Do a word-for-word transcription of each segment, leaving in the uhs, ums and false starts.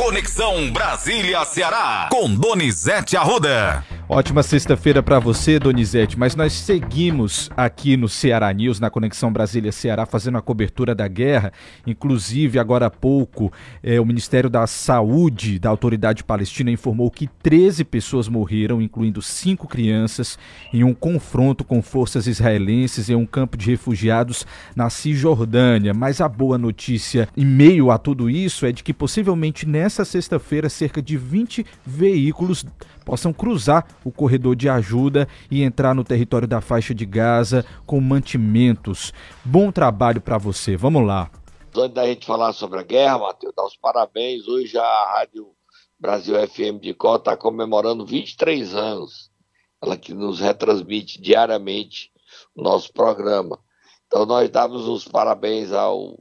Conexão Brasília-Ceará, com Donizete Arruda. Ótima sexta-feira para você, Donizete, mas nós seguimos aqui no Ceará News, na Conexão Brasília-Ceará, fazendo a cobertura da guerra. Inclusive, agora há pouco, é, o Ministério da Saúde da Autoridade Palestina informou que treze pessoas morreram, incluindo cinco crianças, em um confronto com forças israelenses em um campo de refugiados na Cisjordânia. Mas a boa notícia, em meio a tudo isso, é de que possivelmente nessa sexta-feira, cerca de vinte veículos possam cruzar o corredor de ajuda e entrar no território da faixa de Gaza com mantimentos. Bom trabalho para você. Vamos lá. Antes da gente falar sobre a guerra, Matheus, dar os parabéns. Hoje a Rádio Brasil F M de Icó está comemorando vinte e três anos. Ela que nos retransmite diariamente o nosso programa. Então nós damos os parabéns ao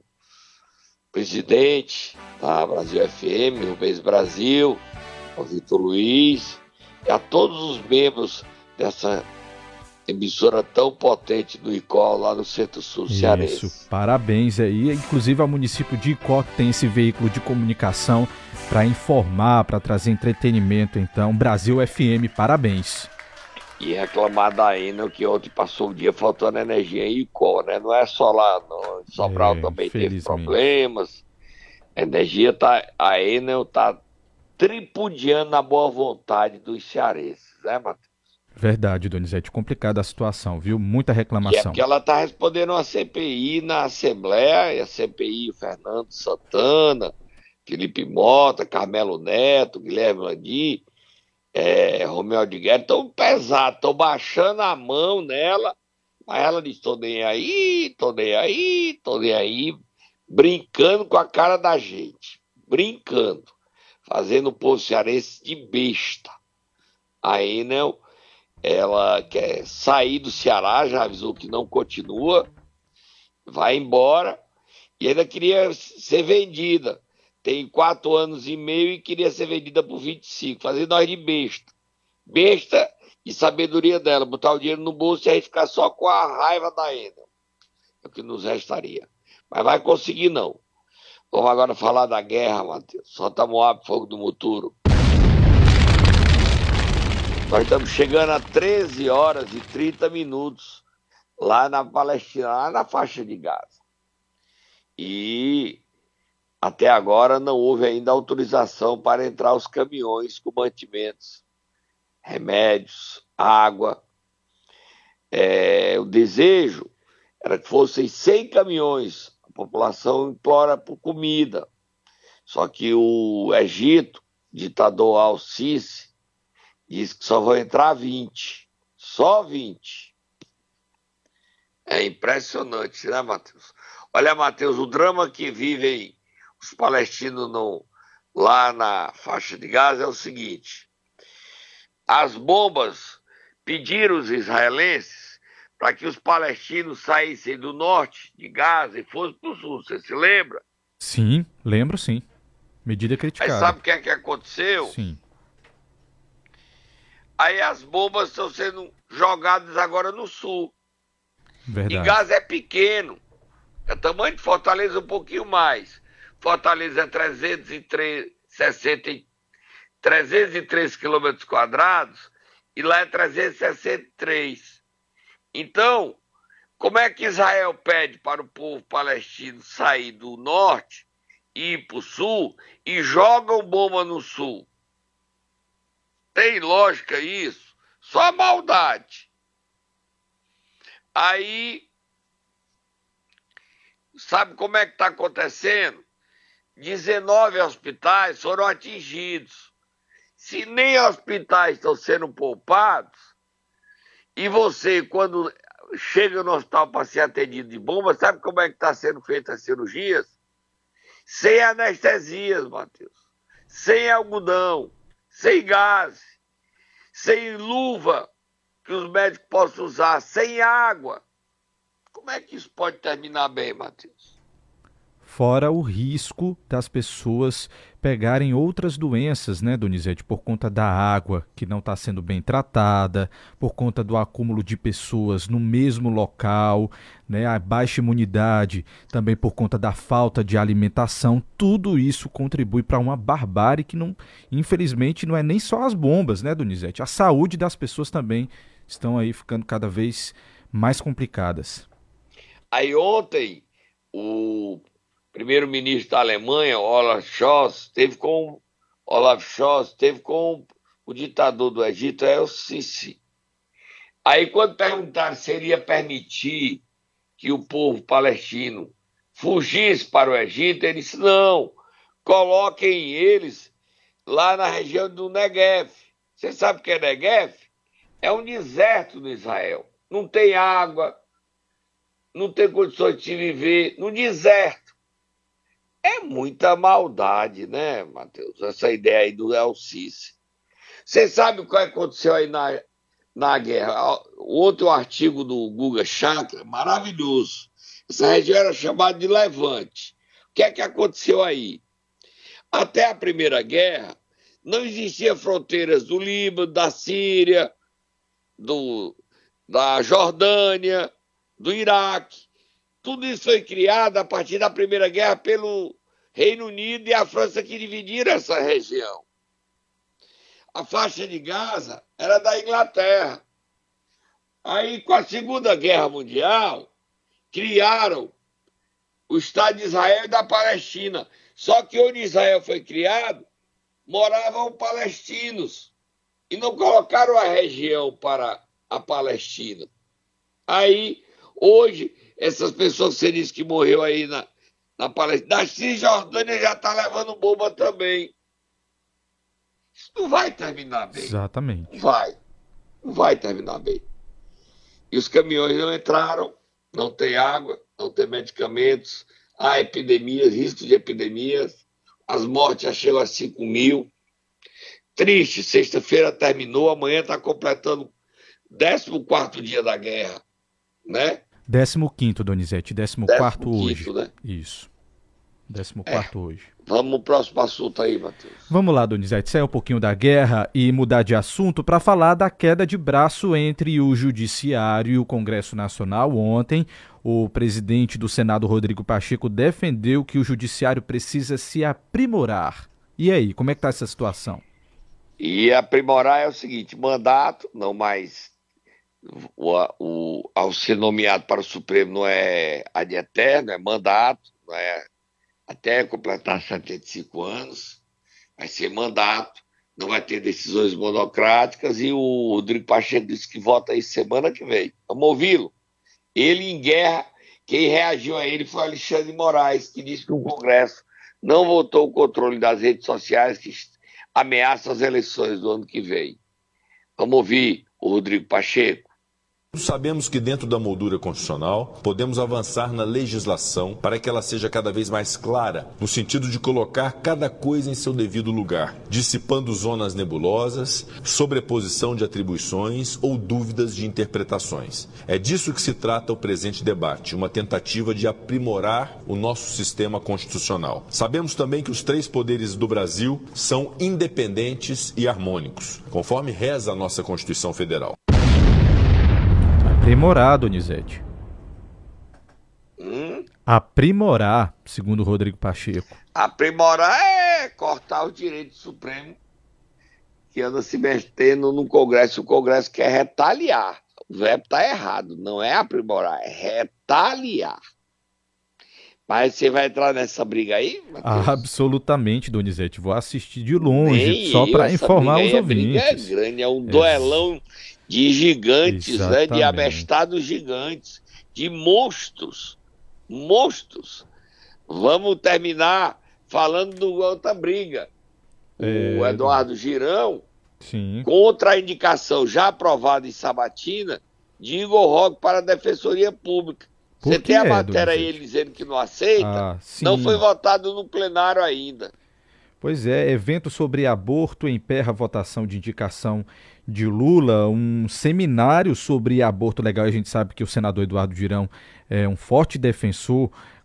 presidente da Brasil F M, Rubens Brasil, ao Vitor Luiz, e a todos os membros dessa emissora tão potente do Icó, lá no Centro-Sul cearense. Isso, parabéns aí, inclusive ao município de Icó, que tem esse veículo de comunicação para informar, para trazer entretenimento. Então, Brasil F M, parabéns. E reclamar da Enel, que ontem passou o dia faltando energia em Icó, né? Não é só lá, não. Em Sobral é, também teve problemas. A energia tá, a Enel tá tripudiando na boa vontade dos cearenses, né, Matheus? Verdade, Donizete, complicada a situação, viu? Muita reclamação. E é porque ela tá respondendo uma C P I na Assembleia, e a C P I, o Fernando Santana, Felipe Mota, Carmelo Neto, Guilherme Landim, é, Romeu de Guerra, estão pesados, estão baixando a mão nela, mas ela diz, tô nem aí, tô nem aí, tô nem aí, brincando com a cara da gente, brincando. Fazendo o povo cearense de besta. A Enel, ela quer sair do Ceará, já avisou que não continua, vai embora e ainda queria ser vendida. Tem quatro anos e meio e queria ser vendida por vinte e cinco, fazendo nós de besta. Besta e sabedoria dela, botar o dinheiro no bolso e aí ficar só com a raiva da Enel. É o que nos restaria. Mas vai conseguir não. Vamos agora falar da guerra, Matheus. Solta Moab, fogo do Muturo. Nós estamos chegando a treze horas e trinta minutos lá na Palestina, lá na faixa de Gaza. E até agora não houve ainda autorização para entrar os caminhões com mantimentos, remédios, água. É, o desejo era que fossem cem caminhões. A população implora por comida. Só que o Egito, ditador Al-Sisi, diz que só vão entrar vinte. Só vinte. É impressionante, né, Matheus? Olha, Matheus, o drama que vivem os palestinos no, lá na faixa de Gaza é o seguinte. As bombas pediram os israelenses para que os palestinos saíssem do norte de Gaza e fossem para o sul. Você se lembra? Sim, lembro sim. Medida criticada. Mas sabe o que é que aconteceu? Sim. Aí as bombas estão sendo jogadas agora no sul. Verdade. E Gaza é pequeno. É o tamanho de Fortaleza um pouquinho mais. Fortaleza é trezentos e três quilômetros quadrados e lá é trezentos e sessenta e três. Então, como é que Israel pede para o povo palestino sair do norte e ir para o sul e jogam bomba no sul? Tem lógica isso? Só maldade. Aí, sabe como é que está acontecendo? dezenove hospitais foram atingidos. Se nem hospitais estão sendo poupados, e você, quando chega no hospital para ser atendido de bomba, sabe como é que está sendo feitas as cirurgias? Sem anestesias, Matheus. Sem algodão, sem gás, sem luva que os médicos possam usar, sem água. Como é que isso pode terminar bem, Matheus? Fora o risco das pessoas pegarem outras doenças, né, Donizete, por conta da água que não está sendo bem tratada, por conta do acúmulo de pessoas no mesmo local, né, a baixa imunidade, também por conta da falta de alimentação. Tudo isso contribui para uma barbárie que, não, infelizmente, não é nem só as bombas, né, Donizete? A saúde das pessoas também estão aí ficando cada vez mais complicadas. Aí ontem, o primeiro-ministro da Alemanha, Olaf Scholz, teve com Olaf Scholz, teve com o ditador do Egito, é o Sisi. Aí quando perguntaram se ele ia permitir que o povo palestino fugisse para o Egito, ele disse, não, coloquem eles lá na região do Negev. Você sabe o que é Negev? É um deserto no Israel. Não tem água, não tem condições de viver no deserto. É muita maldade, né, Matheus? Essa ideia aí do El Sisi. Você sabe o que aconteceu aí na, na guerra? Outro artigo do Guga Chakra, maravilhoso. Essa região era chamada de Levante. O que é que aconteceu aí? Até a Primeira Guerra, não existiam fronteiras do Líbano, da Síria, do, da Jordânia, do Iraque. Tudo isso foi criado a partir da Primeira Guerra pelo Reino Unido e a França, que dividiram essa região. A faixa de Gaza era da Inglaterra. Aí, com a Segunda Guerra Mundial, criaram o Estado de Israel e da Palestina. Só que onde Israel foi criado, moravam palestinos e não colocaram a região para a Palestina. Aí, hoje, essas pessoas que você disse que morreu aí na, na Palestina, da Cisjordânia já está levando bomba também. Isso não vai terminar bem. Exatamente. Não vai. Não vai terminar bem. E os caminhões não entraram, não tem água, não tem medicamentos, há epidemias, risco de epidemias, as mortes já chegam a cinco mil. Triste, sexta-feira terminou, amanhã está completando o décimo quarto dia da guerra, né? décimo quinto, Donizete, décimo quarto hoje. Né? Isso. décimo quarto é. hoje. Vamos pro próximo assunto aí, Matheus. Vamos lá, Donizete, sair um pouquinho da guerra e mudar de assunto para falar da queda de braço entre o Judiciário e o Congresso Nacional. Ontem, o presidente do Senado, Rodrigo Pacheco, defendeu que o Judiciário precisa se aprimorar. E aí, como é que está essa situação? E aprimorar é o seguinte, mandato, não mais... O, o, ao ser nomeado para o Supremo não é ad eterno, é mandato, não é, até completar setenta e cinco anos, vai ser mandato, não vai ter decisões monocráticas, e o Rodrigo Pacheco disse que vota aí semana que vem. Vamos ouvi-lo. Ele em guerra, quem reagiu a ele foi o Alexandre de Moraes, que disse que o Congresso não votou o controle das redes sociais que ameaçam as eleições do ano que vem. Vamos ouvir o Rodrigo Pacheco. Sabemos que dentro da moldura constitucional podemos avançar na legislação para que ela seja cada vez mais clara, no sentido de colocar cada coisa em seu devido lugar, dissipando zonas nebulosas, sobreposição de atribuições ou dúvidas de interpretações. É disso que se trata o presente debate, uma tentativa de aprimorar o nosso sistema constitucional. Sabemos também que os três poderes do Brasil são independentes e harmônicos, conforme reza a nossa Constituição Federal. Aprimorar, Donizete. Hum? Aprimorar, segundo Rodrigo Pacheco. Aprimorar é cortar o direito supremo que anda se metendo no Congresso. O Congresso quer retaliar. O verbo está errado. Não é aprimorar, é retaliar. Mas você vai entrar nessa briga aí, Matheus? Absolutamente, Donizete. Vou assistir de longe, Nem só para informar os aí, ouvintes. A briga é grande, é um duelão de gigantes, né? De Exatamente. abestados gigantes, de monstros, monstros. Vamos terminar falando de outra briga. É, O Eduardo Girão, sim. contra a indicação já aprovada em Sabatina de Igor Roque para a Defensoria Pública. Por Você que tem a é, matéria aí Donizete? ele dizendo que não aceita, Ah, sim. não foi votado no plenário ainda. Pois é, evento sobre aborto emperra a votação de indicação de Lula, um seminário sobre aborto legal. A gente sabe que o senador Eduardo Girão é um forte defensor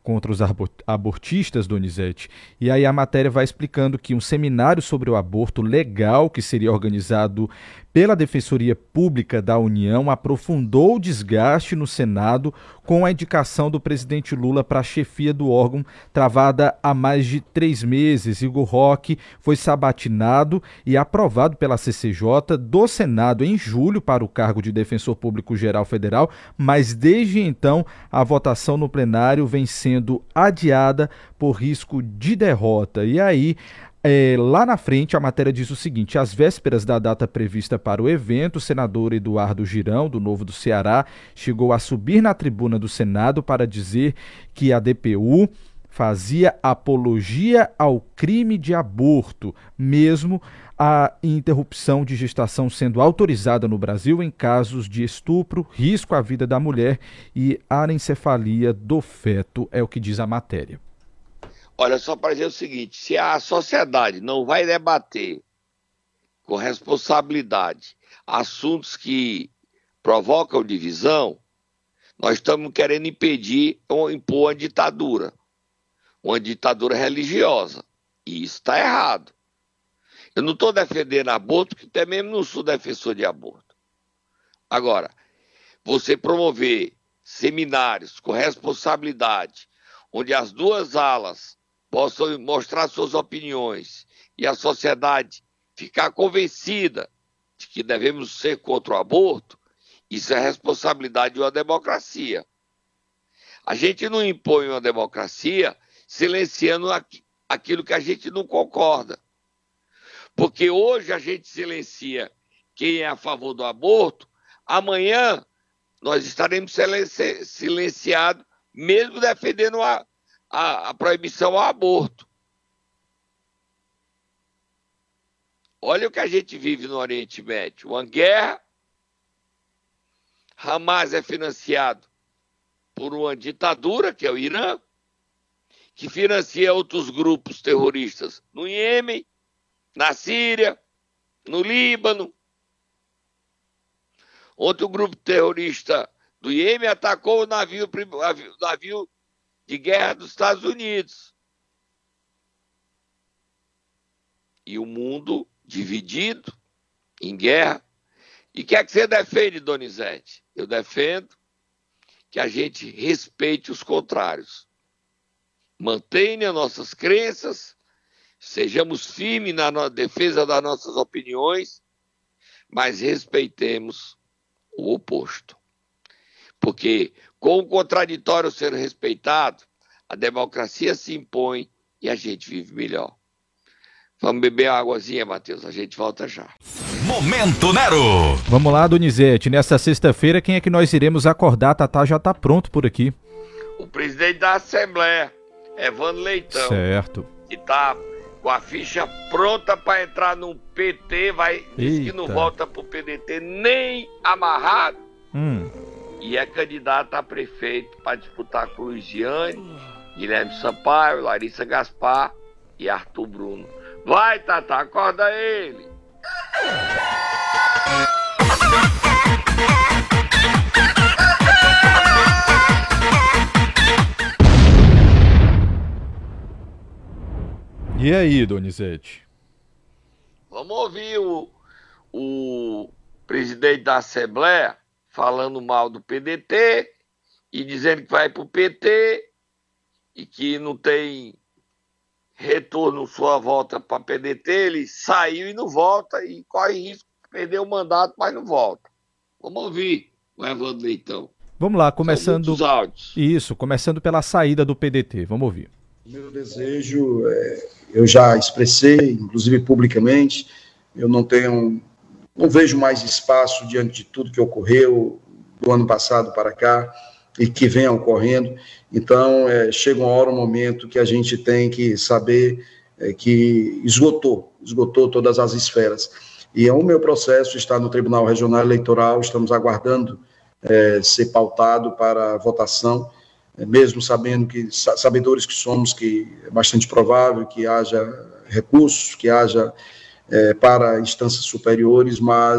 contra os abortistas, Donizete. E aí a matéria vai explicando que um seminário sobre o aborto legal, que seria organizado pela Defensoria Pública da União, aprofundou o desgaste no Senado com a indicação do presidente Lula para a chefia do órgão, travada há mais de três meses. Igor Roque foi sabatinado e aprovado pela C C J do Senado em julho para o cargo de Defensor Público Geral Federal, mas desde então a votação no plenário vem sendo adiada por risco de derrota. E aí, É, lá na frente, a matéria diz o seguinte: às vésperas da data prevista para o evento, o senador Eduardo Girão, do Novo do Ceará, chegou a subir na tribuna do Senado para dizer que a D P U fazia apologia ao crime de aborto, mesmo a interrupção de gestação sendo autorizada no Brasil em casos de estupro, risco à vida da mulher e anencefalia do feto, é o que diz a matéria. Olha, só para dizer o seguinte: se a sociedade não vai debater com responsabilidade assuntos que provocam divisão, nós estamos querendo impedir ou impor uma ditadura, uma ditadura religiosa. E isso está errado. Eu não estou defendendo aborto, porque até mesmo não sou defensor de aborto. Agora, você promover seminários com responsabilidade, onde as duas alas possam mostrar suas opiniões e a sociedade ficar convencida de que devemos ser contra o aborto, isso é responsabilidade de uma democracia. A gente não impõe uma democracia silenciando aquilo que a gente não concorda. Porque hoje a gente silencia quem é a favor do aborto, amanhã nós estaremos silenciados mesmo defendendo a A, a proibição ao aborto. Olha o que a gente vive no Oriente Médio. Uma guerra. Hamas é financiado por uma ditadura, que é o Irã, que financia outros grupos terroristas no Iêmen, na Síria, no Líbano. Outro grupo terrorista do Iêmen atacou o navio, o navio de guerra dos Estados Unidos. E o mundo dividido em guerra. E o que é que você defende, Donizete? Eu defendo que a gente respeite os contrários. Mantenha nossas crenças, sejamos firmes na defesa das nossas opiniões, mas respeitemos o oposto. Porque com o contraditório sendo respeitado, a democracia se impõe e a gente vive melhor. Vamos beber uma águazinha, Matheus, a gente volta já. Momento Nero! Vamos lá, Donizete, nessa sexta-feira, quem é que nós iremos acordar? A Tatá já está pronto por aqui. O presidente da Assembleia, Evandro Leitão. Certo. Que está com a ficha pronta para entrar no P T, vai, diz que não volta para o P D T nem amarrado. Hum. E é candidato a prefeito para disputar com Luiziane, Guilherme Sampaio, Larissa Gaspar e Arthur Bruno. Vai, Tatá, acorda ele! E aí, Donizete? Vamos ouvir o, o presidente da Assembleia falando mal do P D T e dizendo que vai para o P T e que não tem retorno sua volta para P D T, ele saiu e não volta e corre risco de perder o mandato, mas não volta. Vamos ouvir o Evandro Leitão. Vamos lá, começando... São áudios. Isso, começando pela saída do P D T. Vamos ouvir. Meu desejo, é, eu já expressei, inclusive publicamente, eu não tenho... Não vejo mais espaço diante de tudo que ocorreu do ano passado para cá e que vem ocorrendo. Então, é, chega uma hora, um momento que a gente tem que saber é, que esgotou, esgotou todas as esferas. E o meu processo está no Tribunal Regional Eleitoral, estamos aguardando é, ser pautado para votação, é, mesmo sabendo que, sabedores que somos, que é bastante provável que haja recursos, que haja... É, para instâncias superiores, mas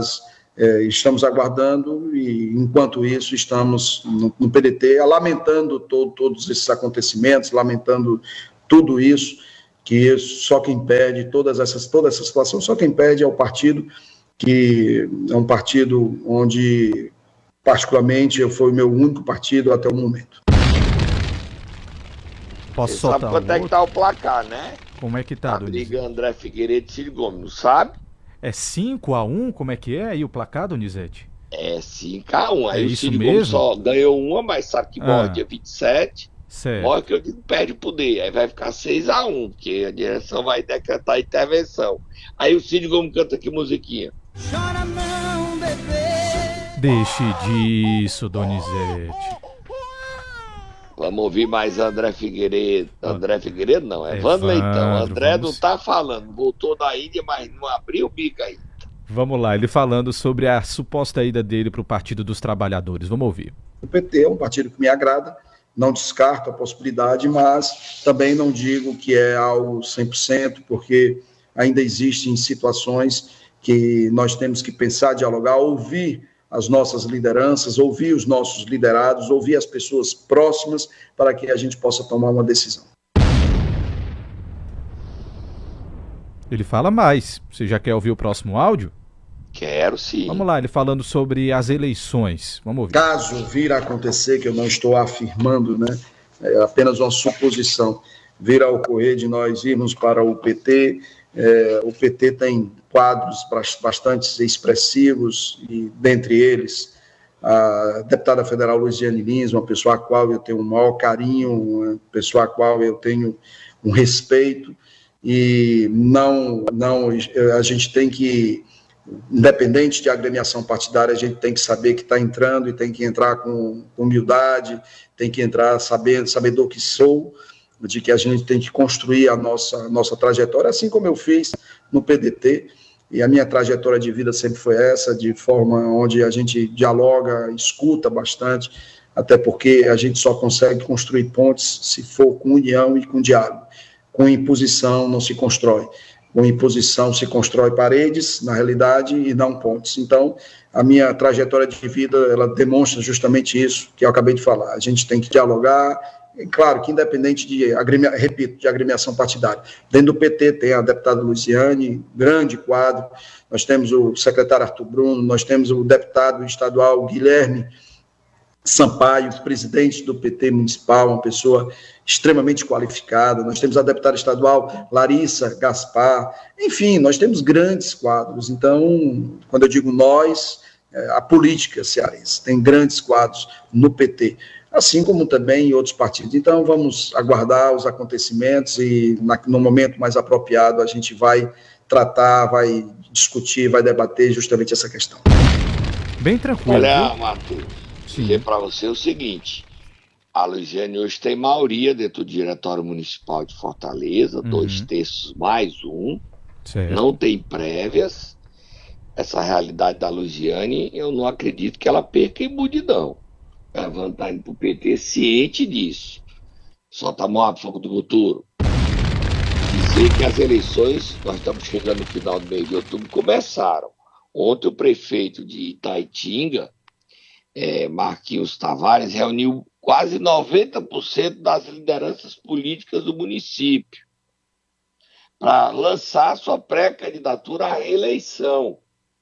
É, estamos aguardando e, enquanto isso, estamos no, no P D T lamentando todo, todos esses acontecimentos, lamentando tudo isso, que só quem pede, todas essas, toda essa situação, só quem pede é o partido, que é um partido onde, particularmente, foi o meu único partido até o momento. Posso Você soltar sabe quanto um é que tá o placar, né? Como é que tá, a briga André Figueiredo e Ciro Gomes, não sabe? É cinco a um? Como é que é aí o placar, Donizete? É cinco a um. Aí é o isso Ciro mesmo? Gomes só ganhou uma, mas sabe que morre ah, dia vinte e sete. Certo. Morre que eu digo, perde o poder. Aí vai ficar seis a um, porque a direção vai decretar intervenção. Aí o Ciro Gomes canta que musiquinha? Chora não, bebê. Deixe disso, Donizete. Vamos ouvir mais André Figueiredo. André Figueiredo não, é Evandro Leitão. André vamos... não tá falando, voltou da Índia, mas não abriu o bico ainda. Vamos lá, ele falando sobre a suposta ida dele para o Partido dos Trabalhadores. Vamos ouvir. O P T é um partido que me agrada, não descarto a possibilidade, mas também não digo que é algo cem por cento, porque ainda existem situações que nós temos que pensar, dialogar, ouvir as nossas lideranças, ouvir os nossos liderados, ouvir as pessoas próximas para que a gente possa tomar uma decisão. Ele fala mais. Você já quer ouvir o próximo áudio? Quero, sim. Vamos lá, ele falando sobre as eleições. Vamos ouvir. Caso vir a acontecer, que eu não estou afirmando, né, é apenas uma suposição, vir a ocorrer de nós irmos para o P T, é, o P T tem quadros bastante expressivos, e dentre eles, a deputada federal Luiziane Lins, uma pessoa a qual eu tenho um maior carinho, uma pessoa a qual eu tenho um respeito, e não, não, a gente tem que, independente de agremiação partidária, a gente tem que saber que está entrando e tem que entrar com, com humildade, tem que entrar sabendo, sabedor que sou, de que a gente tem que construir a nossa, nossa trajetória, assim como eu fiz no P D T, e a minha trajetória de vida sempre foi essa, de forma onde a gente dialoga, escuta bastante, até porque a gente só consegue construir pontes se for com união e com diálogo. Com imposição não se constrói. Com imposição se constrói paredes, na realidade, e não pontes. Então, a minha trajetória de vida, ela demonstra justamente isso que eu acabei de falar. A gente tem que dialogar, é claro que independente de, agremia, repito, de agremiação partidária. Dentro do P T tem a deputada Luiziane, grande quadro, nós temos o secretário Arthur Bruno, nós temos o deputado estadual Guilherme Sampaio, presidente do P T municipal, uma pessoa extremamente qualificada, nós temos a deputada estadual Larissa Gaspar, enfim, nós temos grandes quadros. Então, quando eu digo nós, a política cearense tem grandes quadros no P T, assim como também em outros partidos. Então, vamos aguardar os acontecimentos e, no momento mais apropriado, a gente vai tratar, vai discutir, vai debater justamente essa questão. Bem tranquilo. Olha, Matheus, dizer para você o seguinte, a Luiziane hoje tem maioria dentro do Diretório Municipal de Fortaleza, uhum. dois terços mais um, certo. Não tem prévias. Essa realidade da Luiziane, eu não acredito que ela perca em multidão. Ela vai estar indo para o P T ciente disso. Solta a mão para fogo do futuro. Dizer que as eleições, nós estamos chegando no final do mês de outubro, começaram. Ontem o prefeito de Itaitinga, é, Marquinhos Tavares, reuniu quase noventa por cento das lideranças políticas do município para lançar sua pré-candidatura à reeleição.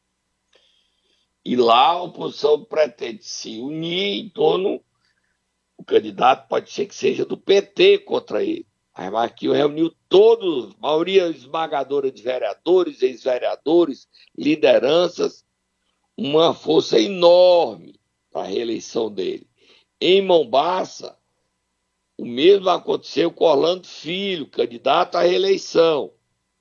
E lá a oposição pretende se unir em torno, o candidato pode ser que seja do P T contra ele. Aí Marquinhos reuniu todos, maioria esmagadora de vereadores, ex-vereadores, lideranças, uma força enorme para a reeleição dele. Em Mombaça, o mesmo aconteceu com Orlando Filho, candidato à reeleição.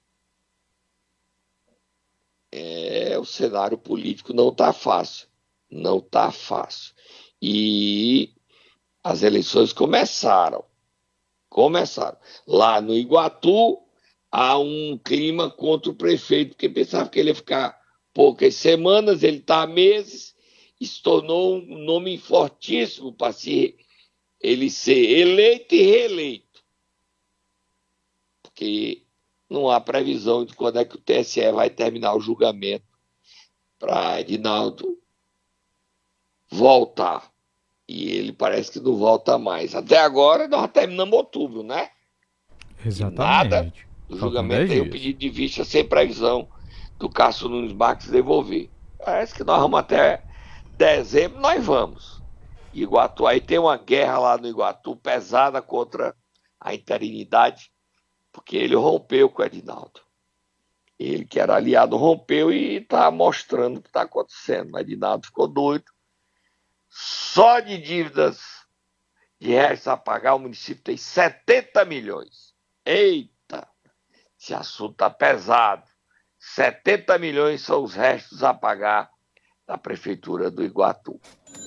É, o cenário político não está fácil, não está fácil. E as eleições começaram, começaram. Lá no Iguatu, há um clima contra o prefeito, porque pensava que ele ia ficar poucas semanas, ele está há meses, e se tornou um nome fortíssimo para se, ele ser eleito e reeleito. Porque não há previsão de quando é que o T S E vai terminar o julgamento para Edinaldo voltar. E ele parece que não volta mais. Até agora nós terminamos outubro, né? Exatamente. E nada. O Faltam julgamento dez tem o dias. pedido de vista sem previsão do Cássio Nunes Marques devolver. Parece que nós vamos até dezembro, nós vamos. Iguatu, aí tem uma guerra lá no Iguatu pesada contra a interinidade, porque ele rompeu com o Edinaldo. Ele que era aliado rompeu e está mostrando o que está acontecendo. O Edinaldo ficou doido. Só de dívidas de reais a pagar, o município tem setenta milhões. Eita, esse assunto está pesado. setenta milhões são os restos a pagar da prefeitura do Iguatu.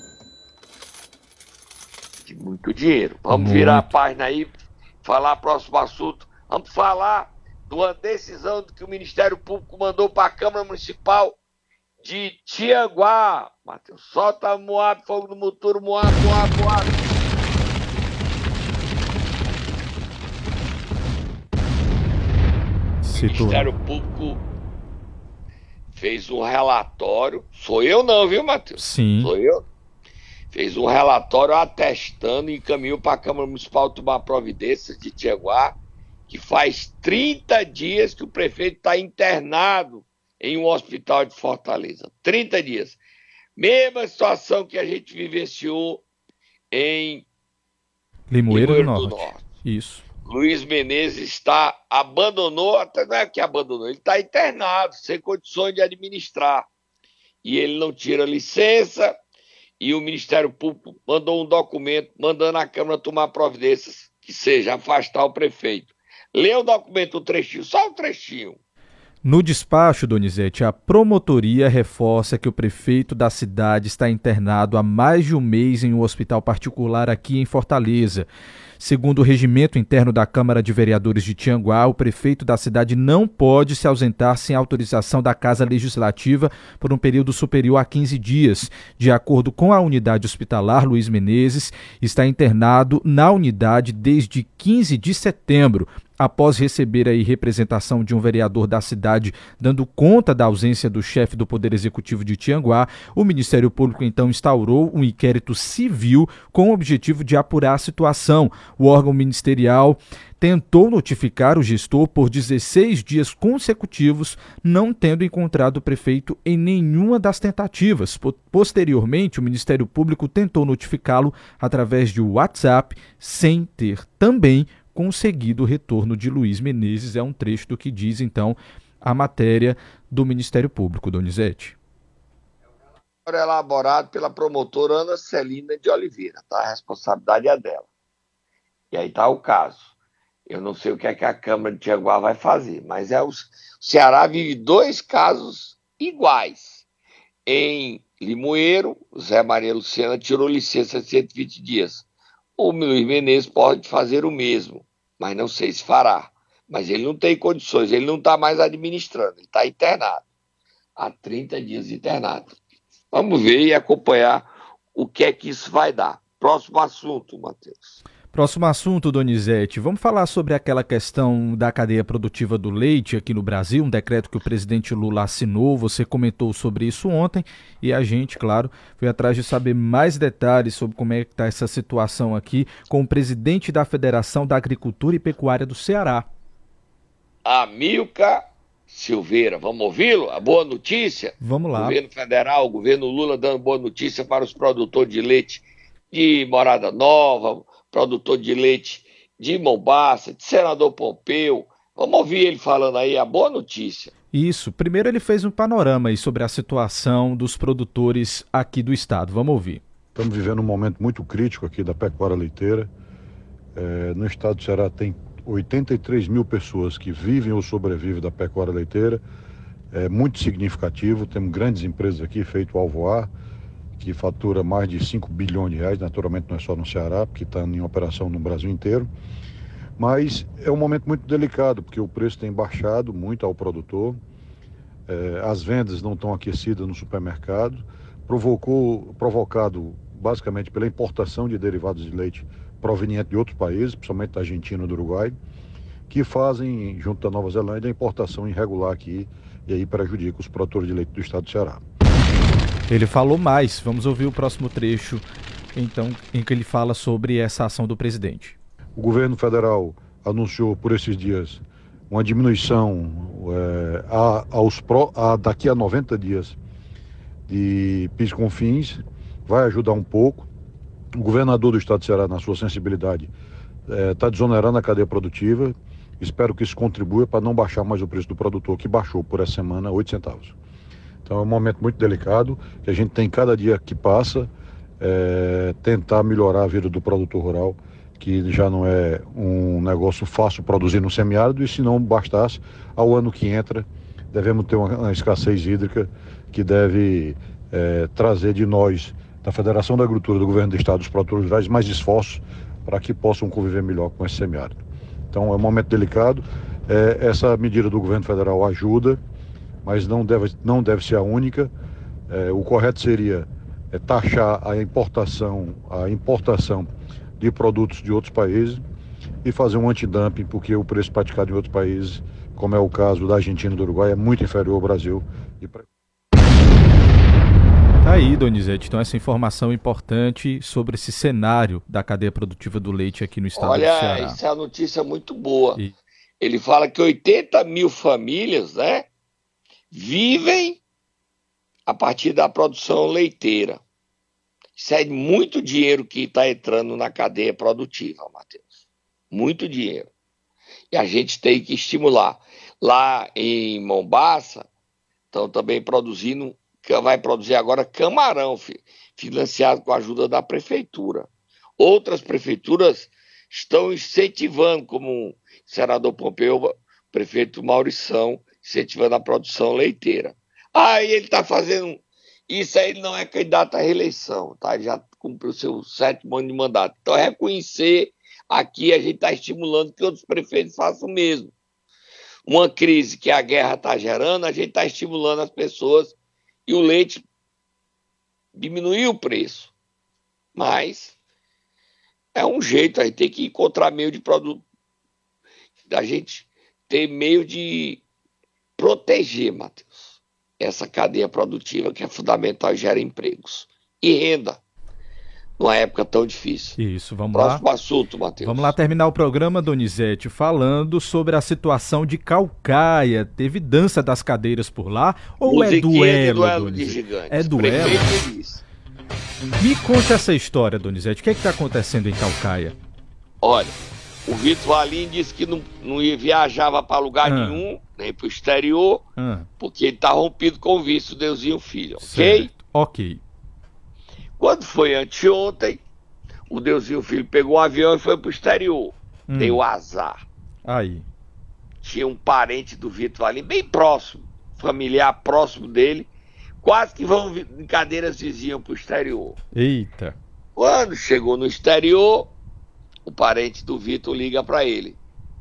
De muito dinheiro. Vamos Muito. virar a página aí, falar próximo assunto. Vamos falar de uma decisão que o Ministério Público mandou para a Câmara Municipal de Tianguá. Matheus, solta Moab, fogo no motor, Moab, Moab, Moab. O Ministério Público fez um relatório. Sou eu não, viu, Matheus? Sim. Sou eu. Fez um relatório atestando e encaminhou para a Câmara Municipal tomar providências de Tianguá, que faz trinta dias que o prefeito está internado em um hospital de Fortaleza. trinta dias. Mesma situação que a gente vivenciou em Limoeiro, Limoeiro do, do Norte. Norte. Isso. Luiz Menezes está, abandonou, até não é que abandonou, ele está internado, sem condições de administrar. E ele não tira licença, e o Ministério Público mandou um documento mandando a Câmara tomar providências, que seja afastar o prefeito. Lê o documento, o trechinho, só o trechinho. No despacho, Donizete, a promotoria reforça que o prefeito da cidade está internado há mais de um mês em um hospital particular aqui em Fortaleza. Segundo o regimento interno da Câmara de Vereadores de Tianguá, o prefeito da cidade não pode se ausentar sem autorização da Casa Legislativa por um período superior a quinze dias. De acordo com a unidade hospitalar, Luiz Menezes está internado na unidade desde quinze de setembro. Após receber aí representação de um vereador da cidade dando conta da ausência do chefe do Poder Executivo de Tianguá, o Ministério Público então instaurou um inquérito civil com o objetivo de apurar a situação. O órgão ministerial tentou notificar o gestor por dezesseis dias consecutivos, não tendo encontrado o prefeito em nenhuma das tentativas. Posteriormente, o Ministério Público tentou notificá-lo através de WhatsApp, sem ter também conseguido o retorno de Luiz Menezes. É um trecho do que diz, então, a matéria do Ministério Público, Donizete. Elaborado pela promotora Ana Celina de Oliveira, tá? A responsabilidade é dela. E aí está o caso. Eu não sei o que é que a Câmara de Tianguá vai fazer, mas é o, o Ceará vive dois casos iguais. Em Limoeiro, Zé Maria Luciana tirou licença de cento e vinte dias. O Luiz Menezes pode fazer o mesmo, mas não sei se fará. Mas ele não tem condições, ele não está mais administrando, ele está internado. Há trinta dias internado. Vamos ver e acompanhar o que é que isso vai dar. Próximo assunto, Matheus. Próximo assunto, Donizete. Vamos falar sobre aquela questão da cadeia produtiva do leite aqui no Brasil, um decreto que o presidente Lula assinou. Você comentou sobre isso ontem e a gente, claro, foi atrás de saber mais detalhes sobre como é que está essa situação aqui com o presidente da Federação da Agricultura e Pecuária do Ceará. Amilcar Silveira, vamos ouvi-lo? A boa notícia? Vamos lá. Governo federal, o governo Lula dando boa notícia para os produtores de leite de Morada Nova, produtor de leite de Mombaça, de Senador Pompeu. Vamos ouvir ele falando aí a boa notícia. Isso. Primeiro ele fez um panorama aí sobre a situação dos produtores aqui do estado. Vamos ouvir. Estamos vivendo um momento muito crítico aqui da pecuária leiteira. É, no estado do Ceará tem oitenta e três mil pessoas que vivem ou sobrevivem da pecuária leiteira. É muito significativo. Temos grandes empresas aqui, feito Alvoar, que fatura mais de cinco bilhões de reais, naturalmente não é só no Ceará, porque está em operação no Brasil inteiro, mas é um momento muito delicado, porque o preço tem baixado muito ao produtor, é, as vendas não estão aquecidas no supermercado, provocou, provocado basicamente pela importação de derivados de leite provenientes de outros países, principalmente da Argentina e do Uruguai, que fazem, junto da Nova Zelândia, a importação irregular aqui, e aí prejudica os produtores de leite do estado do Ceará. Ele falou mais, vamos ouvir o próximo trecho, então, em que ele fala sobre essa ação do presidente. O governo federal anunciou por esses dias uma diminuição é, a, aos pro, a, daqui a noventa dias de PIS com fins, vai ajudar um pouco. O governador do estado de Ceará, na sua sensibilidade, está é, desonerando a cadeia produtiva. Espero que isso contribua para não baixar mais o preço do produtor, que baixou por essa semana oito centavos. Então é um momento muito delicado, que a gente tem cada dia que passa, é, tentar melhorar a vida do produtor rural, que já não é um negócio fácil produzir no semiárido, e se não bastasse, ao ano que entra, devemos ter uma, uma escassez hídrica que deve é, trazer de nós, da Federação da Agricultura, do Governo do Estado, dos produtores rurais, mais esforços para que possam conviver melhor com esse semiárido. Então é um momento delicado, é, essa medida do governo federal ajuda, mas não deve, não deve ser a única. É, o correto seria é, taxar a importação, a importação de produtos de outros países e fazer um antidumping, porque o preço praticado em outros países, como é o caso da Argentina e do Uruguai, é muito inferior ao Brasil. E pra... Tá aí, Donizete, então essa informação importante sobre esse cenário da cadeia produtiva do leite aqui no estado Olha, do Ceará. Olha, isso é uma notícia muito boa. E... Ele fala que oitenta mil famílias, né, vivem a partir da produção leiteira. Isso é muito dinheiro que está entrando na cadeia produtiva, Matheus. Muito dinheiro. E a gente tem que estimular. Lá em Mombaça, estão também produzindo, vai produzir agora camarão, financiado com a ajuda da prefeitura. Outras prefeituras estão incentivando, como o senador Pompeu, o prefeito Maurição, incentivando a produção leiteira. Aí ele está fazendo... Isso aí ele não é candidato à reeleição, tá? Ele já cumpriu seu sétimo ano de mandato. Então, reconhecer aqui, a gente está estimulando que outros prefeitos façam o mesmo. Uma crise que a guerra está gerando, a gente está estimulando as pessoas e o leite diminuiu o preço. Mas é um jeito, a gente tem que encontrar meio de produto, da gente ter meio de proteger, Matheus, essa cadeia produtiva que é fundamental e gera empregos e renda numa época tão difícil. Isso, vamos Próximo lá. assunto, Matheus. Vamos lá terminar o programa, Donizete, falando sobre a situação de Caucaia. Teve dança das cadeiras por lá ou Musiquinha é duelo, de duelo Donizete? de gigantes. É duelo? Prefeito diz. Me conte essa história, Donizete. O que é que está acontecendo em Caucaia? Olha, o Vitor Valim disse que não, não ia viajava para lugar Ah. nenhum, nem para o exterior, Ah, porque ele está rompido com o vício Deusinho Filho, ok? certo. Ok. Quando foi anteontem, o Deusinho Filho pegou um avião e foi para o exterior. Hum. Deu azar. Aí. Tinha um parente do Vitor Valim, bem próximo, familiar próximo dele, quase que vão vi- em cadeiras vizinhas para o exterior. Eita. Quando chegou no exterior, o parente do Vitor liga para ele.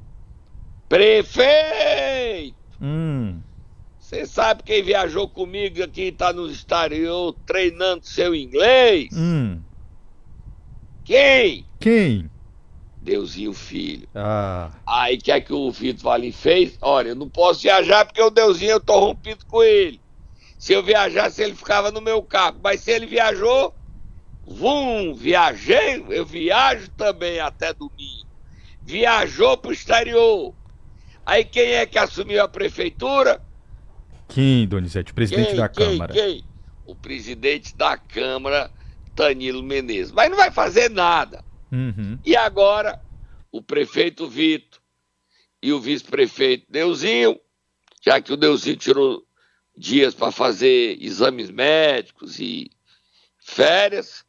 Prefeito! Hum. Você sabe quem viajou comigo aqui e tá no exterior treinando seu inglês? Hum. Quem? Quem? Deusinho Filho. Ah. Aí o que é que o Vitor Valim fez? Olha, eu não posso viajar porque o Deusinho eu tô rompido com ele. Se eu viajasse, ele ficava no meu carro. Mas se ele viajou, vum, viajei, eu viajo também até domingo. Viajou pro exterior. Aí quem é que assumiu a prefeitura? Quem, Donizete? Presidente Quem, da quem, Câmara. quem? O presidente da Câmara, Danilo Menezes. Mas não vai fazer nada. Uhum. E agora, o prefeito Vitor e o vice-prefeito Deusinho, já que o Deusinho tirou dias para fazer exames médicos e férias,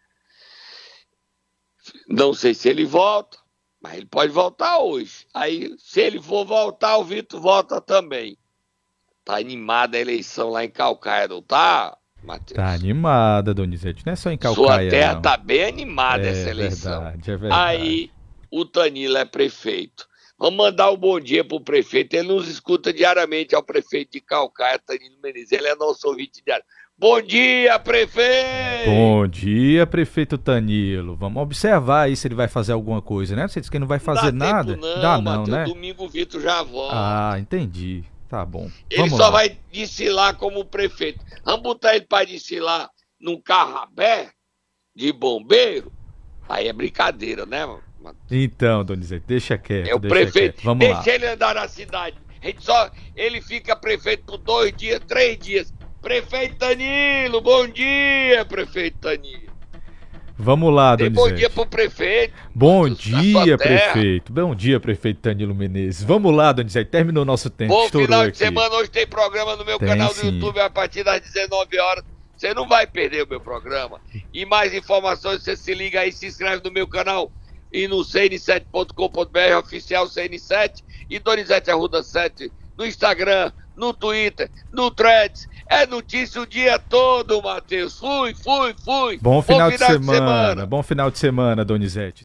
não sei se ele volta, mas ele pode voltar hoje. Aí, se ele for voltar, o Vitor volta também. Tá animada a eleição lá em Caucaia, não tá, Matheus? Tá animada, Donizete. Não é só em Sua Caucaia, terra não. tá bem animada É essa eleição. verdade, é verdade. Aí o Danilo é prefeito. Vamos mandar um bom dia pro prefeito. Ele nos escuta diariamente, é o prefeito de Caucaia, Danilo Menezes. Ele é nosso ouvinte diário. Bom dia, prefeito! Bom dia, prefeito Tanilo. Vamos observar aí se ele vai fazer alguma coisa, né? Você disse que não vai fazer Dá nada? tempo não, Dá não, Matheus. né? Domingo o Vitor já volta. Ah, entendi. Tá bom. Ele Vamos só lá. vai desfilar como prefeito. Vamos botar ele para desfilar num carro aberto de bombeiro? Aí é brincadeira, né, mano? Então, Donizete, deixa quieto. É o deixa prefeito. Quieto. Vamos Deixa lá. ele andar na cidade. A gente só, ele fica prefeito por dois dias, três dias. Prefeito Danilo, bom dia, prefeito Danilo. Vamos lá, Dê Donizete. bom dia pro prefeito. Bom da sua dia, terra. prefeito. Bom dia, prefeito Danilo Menezes. Vamos lá, Donizete. Terminou o nosso tempo. Bom Estourou final de aqui. semana, hoje tem programa no meu Tem, canal sim. do YouTube a partir das dezenove horas. Você não vai perder o meu programa. E mais informações, você se liga aí, se inscreve no meu canal e no c n sete ponto com ponto b r, oficial C N sete, e Donizete Arruda sete no Instagram, no Twitter, no Threads. É notícia o dia todo, Matheus. Fui, fui, fui. Bom final, de, de semana. Bom final de semana, Donizete.